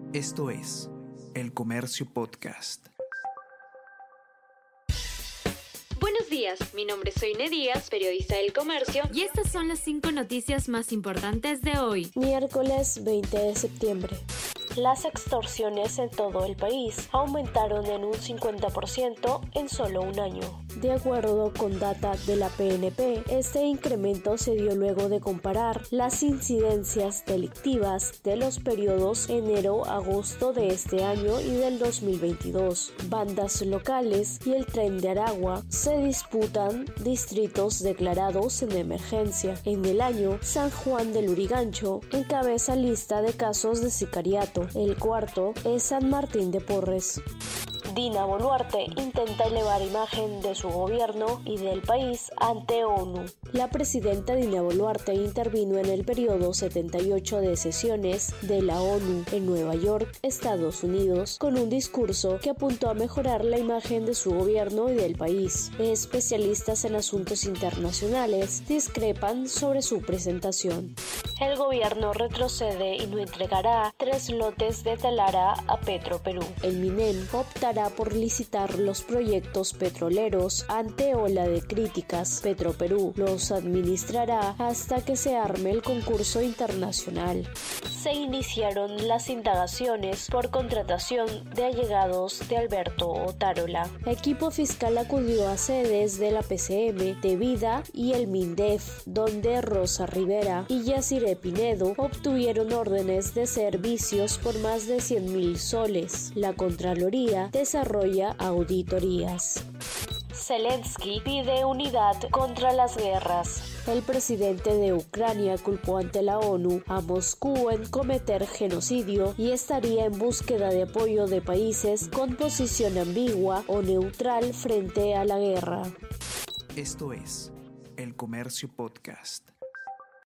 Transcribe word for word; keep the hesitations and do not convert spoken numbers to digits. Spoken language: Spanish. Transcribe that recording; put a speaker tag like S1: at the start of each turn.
S1: Esto es El Comercio Podcast.
S2: Buenos días, mi nombre es Soine Díaz, periodista del Comercio,
S3: y estas son las cinco noticias más importantes de hoy,
S4: miércoles veinte de septiembre. Las extorsiones en todo el país aumentaron en un cincuenta por ciento en solo un año. De acuerdo con data de la P N P, este incremento se dio luego de comparar las incidencias delictivas de los periodos enero-agosto de este año y del dos mil veintidós. Bandas locales y el Tren de Aragua se disputan distritos declarados en emergencia. En el año, San Juan del Lurigancho encabeza lista de casos de sicariato. El cuarto es San Martín de Porres. Dina Boluarte intenta elevar imagen de su gobierno y del país ante ONU. La presidenta Dina Boluarte intervino en el periodo setenta y ocho de sesiones de la ONU en Nueva York, Estados Unidos, con un discurso que apuntó a mejorar la imagen de su gobierno y del país. Especialistas en asuntos internacionales discrepan sobre su presentación. El gobierno retrocede y no entregará tres lotes de Talara a Petroperú. El MINEM optará por licitar los proyectos petroleros ante ola de críticas. Petroperú los administrará hasta que se arme el concurso internacional. Se iniciaron las indagaciones por contratación de allegados de Alberto Otárola. Equipo fiscal acudió a sedes de la P C M, de Vida y el MINDEF, donde Rosa Rivera y Yaciré Pinedo obtuvieron órdenes de servicios por más de cien mil soles. La Contraloría desarrolla auditorías. Zelensky pide unidad contra las guerras. El presidente de Ucrania culpó ante la ONU a Moscú en cometer genocidio y estaría en búsqueda de apoyo de países con posición ambigua o neutral frente a la guerra.
S1: Esto es El Comercio Podcast.